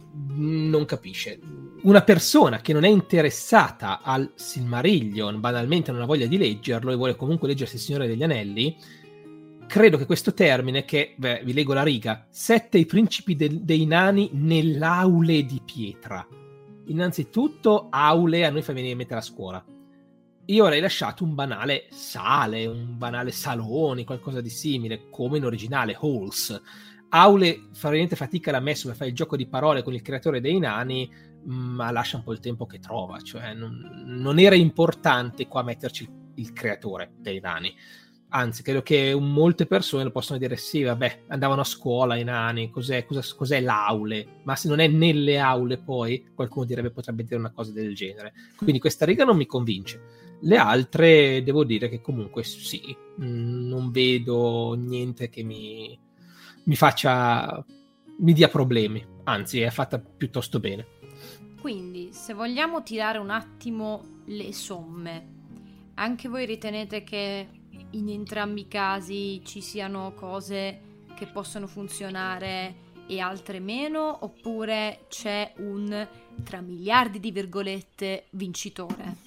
non capisce. Una persona che non è interessata al Silmarillion, banalmente non ha voglia di leggerlo e vuole comunque leggersi Il Signore degli Anelli, credo che questo termine, che, beh, vi leggo la riga: sette i principi de- dei nani nell'aule di pietra. Innanzitutto, aule a noi fa venire in mente la scuola. Io avrei lasciato un banale sale, un banale saloni, qualcosa di simile, come in originale, halls. Aule fa veramente fatica l'ha messo per fare il gioco di parole con il creatore dei nani, ma lascia un po' il tempo che trova. Cioè, non, non era importante qua metterci il creatore dei nani. Anzi, credo che molte persone lo possono dire: sì, vabbè, andavano a scuola i nani, cos'è, cosa, cos'è l'aule? Ma se non è nelle aule, poi qualcuno direbbe, potrebbe dire una cosa del genere. Quindi questa riga non mi convince. Le altre devo dire che comunque sì, non vedo niente che mi, mi faccia, mi dia problemi, anzi è fatta piuttosto bene. Quindi, se vogliamo tirare un attimo le somme, anche voi ritenete che in entrambi i casi ci siano cose che possono funzionare e altre meno, oppure c'è un, tra miliardi di virgolette, vincitore?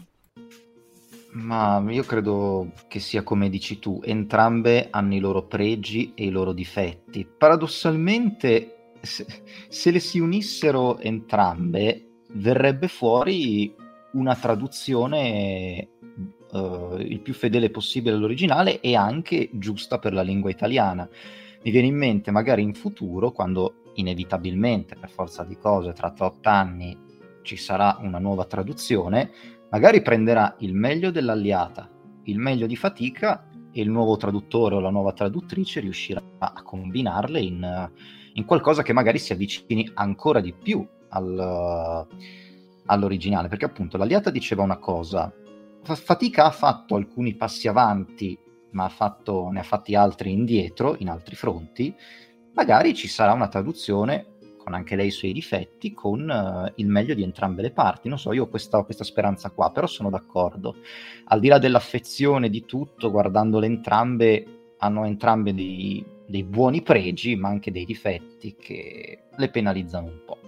Ma io credo che sia come dici tu, entrambe hanno i loro pregi e i loro difetti. Paradossalmente, se, se le si unissero entrambe, verrebbe fuori una traduzione uh, il più fedele possibile all'originale e anche giusta per la lingua italiana. Mi viene in mente magari in futuro, quando inevitabilmente, per forza di cose, tra tot anni ci sarà una nuova traduzione, magari prenderà il meglio dell'Alliata, il meglio di Fatica, e il nuovo traduttore o la nuova traduttrice riuscirà a combinarle in, in qualcosa che magari si avvicini ancora di più al, all'originale, perché appunto l'Alliata diceva una cosa, Fatica ha fatto alcuni passi avanti, ma ha fatto, ne ha fatti altri indietro, in altri fronti. Magari ci sarà una traduzione con anche lei i suoi difetti, con uh, il meglio di entrambe le parti. Non so, io ho questa, questa speranza qua, però sono d'accordo. Al di là dell'affezione di tutto, guardandole entrambe, hanno entrambe dei, dei buoni pregi, ma anche dei difetti che le penalizzano un po'.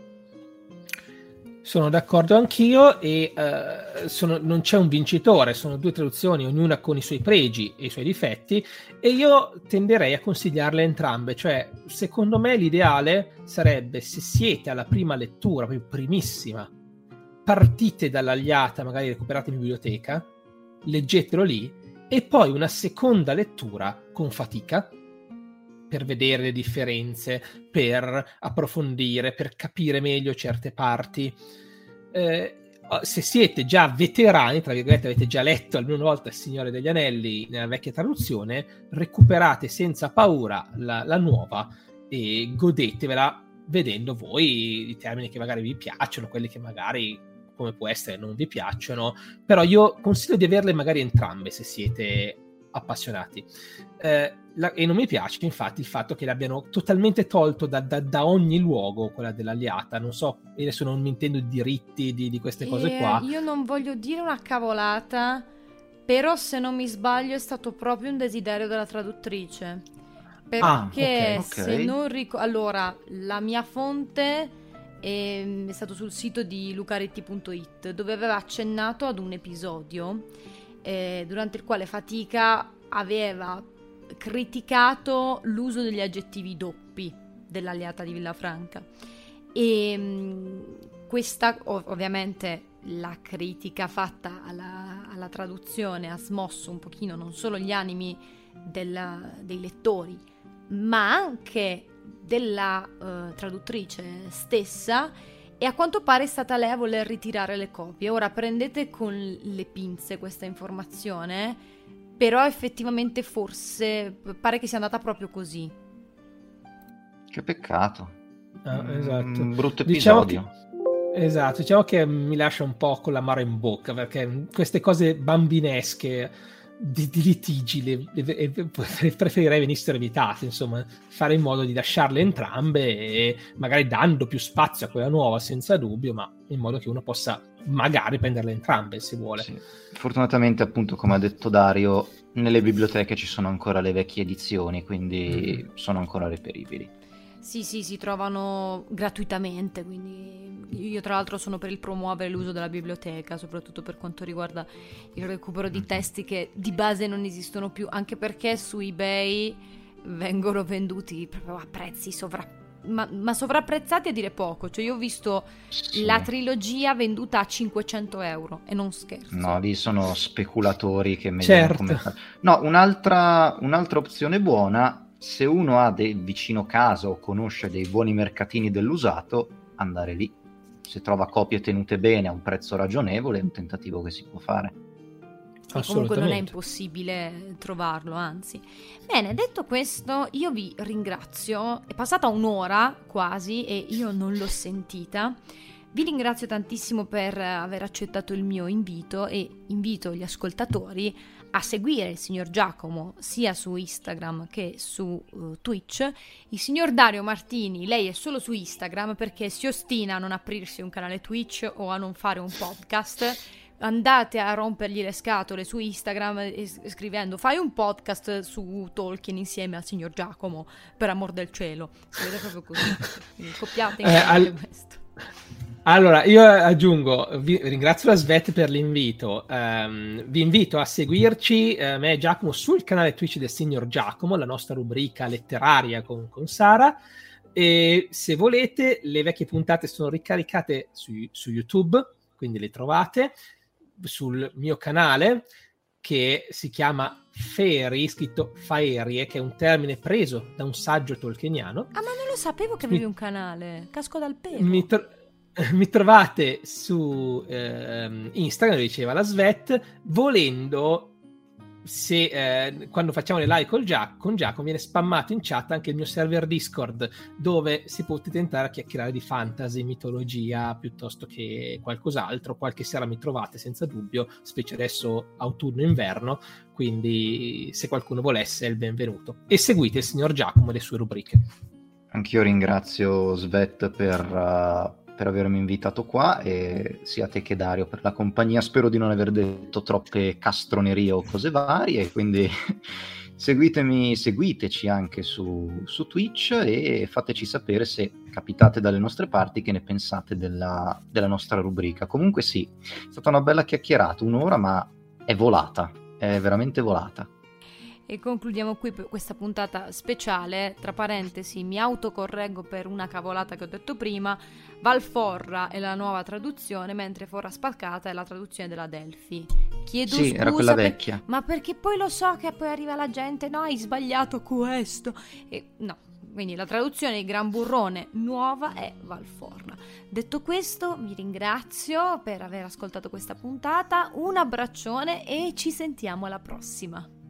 Sono d'accordo anch'io e uh, sono, non c'è un vincitore, sono due traduzioni, ognuna con i suoi pregi e i suoi difetti, e io tenderei a consigliarle entrambe. Cioè, secondo me l'ideale sarebbe, se siete alla prima lettura, proprio primissima, partite dall'Aliata, magari recuperate in biblioteca, leggetelo lì, e poi una seconda lettura con fatica, per vedere le differenze, per approfondire, per capire meglio certe parti. Eh, se siete già veterani, tra virgolette, avete già letto almeno una volta Il Signore degli Anelli nella vecchia traduzione, recuperate senza paura la, la nuova e godetevela vedendo voi i termini che magari vi piacciono, quelli che magari, come può essere, non vi piacciono. Però io consiglio di averle magari entrambe se siete appassionati. Eh, la, e non mi piace infatti il fatto che l'abbiano totalmente tolto da, da, da ogni luogo, quella dell'Aliata. Non so, io adesso non mi intendo i diritti di, di queste cose eh, qua. Io non voglio dire una cavolata, però se non mi sbaglio è stato proprio un desiderio della traduttrice, perché ah, okay, se okay. non ricordo, allora la mia fonte è, è stato sul sito di lucaretti punto it, dove aveva accennato ad un episodio eh, durante il quale Fatica aveva criticato l'uso degli aggettivi doppi dell'Aliata di Villafranca, e mh, questa ov- ovviamente la critica fatta alla, alla traduzione ha smosso un pochino non solo gli animi della, dei lettori, ma anche della uh, traduttrice stessa, e a quanto pare è stata lei a voler ritirare le copie. Ora prendete con le pinze questa informazione, però effettivamente forse pare che sia andata proprio così. Che peccato. Ah, esatto. Un brutto Diciamo episodio. che, esatto, diciamo che mi lascia un po' con l'amaro in bocca, perché queste cose bambinesche di, di litigi le, le, le, preferirei venissero evitate, insomma, fare in modo di lasciarle entrambe e magari dando più spazio a quella nuova senza dubbio, ma in modo che uno possa magari prenderle entrambe se vuole. Sì. Fortunatamente, appunto, come ha detto Dario, nelle biblioteche ci sono ancora le vecchie edizioni, quindi mm. sono ancora reperibili. Sì, sì, si trovano gratuitamente, quindi io tra l'altro sono per il promuovere l'uso della biblioteca, soprattutto per quanto riguarda il recupero di testi che di base non esistono più, anche perché su eBay vengono venduti proprio a prezzi sovra... ma, ma sovrapprezzati a dire poco. Cioè io ho visto sì. la trilogia venduta a cinquecento euro, e non scherzo. No, lì sono speculatori che meglio certo. come... No, un'altra, un'altra opzione buona, se uno ha del vicino casa o conosce dei buoni mercatini dell'usato, andare lì. Se trova copie tenute bene a un prezzo ragionevole, è un tentativo che si può fare. E comunque non è impossibile trovarlo, anzi. Bene, detto questo, io vi ringrazio. È passata un'ora quasi e io non l'ho sentita. Vi ringrazio tantissimo per aver accettato il mio invito, e invito gli ascoltatori a seguire il signor Giacomo sia su Instagram che su uh, Twitch. Il signor Dario Martini, lei è solo su Instagram perché si ostina a non aprirsi un canale Twitch o a non fare un podcast. Andate a rompergli le scatole su Instagram e scrivendo fai un podcast su Tolkien insieme al signor Giacomo, per amor del cielo. Si vede proprio così. Quindi copiate in eh, al... questo. Allora, io aggiungo, vi ringrazio la Svet per l'invito, um, vi invito a seguirci, uh, me e Giacomo, sul canale Twitch del signor Giacomo, la nostra rubrica letteraria con, con Sara, e se volete le vecchie puntate sono ricaricate su, su YouTube, quindi le trovate sul mio canale, che si chiama Fairy, scritto Faerie, che è un termine preso da un saggio tolkieniano. Ah, ma non lo sapevo che avevi mi, un canale, casco dal pelo. Mi, tro- mi trovate su eh, Instagram, diceva la Svet, volendo, se eh, quando facciamo le live col Gia- con Giacomo viene spammato in chat anche il mio server Discord, dove si può tentare a chiacchierare di fantasy, mitologia, piuttosto che qualcos'altro. Qualche sera mi trovate senza dubbio, specie adesso autunno-inverno, quindi se qualcuno volesse è il benvenuto. E seguite il signor Giacomo e le sue rubriche. Anch'io ringrazio Svet per, uh, per avermi invitato qua, e sia te che Dario per la compagnia. Spero di non aver detto troppe castronerie o cose varie, quindi seguitemi, seguiteci anche su, su Twitch e fateci sapere se capitate dalle nostre parti che ne pensate della, della nostra rubrica. Comunque sì, è stata una bella chiacchierata, un'ora, ma è volata, è veramente volata. E concludiamo qui questa puntata speciale. Tra parentesi, mi autocorreggo per una cavolata che ho detto prima. Valforra è la nuova traduzione, mentre Forra Spalcata è la traduzione della Delphi. Chiedo sì, scusa, era quella per... vecchia. ma perché poi lo so che poi arriva la gente, no, hai sbagliato questo. E no, quindi la traduzione di Gran Burrone nuova è Valforra. Detto questo, vi ringrazio per aver ascoltato questa puntata, un abbraccione e ci sentiamo alla prossima.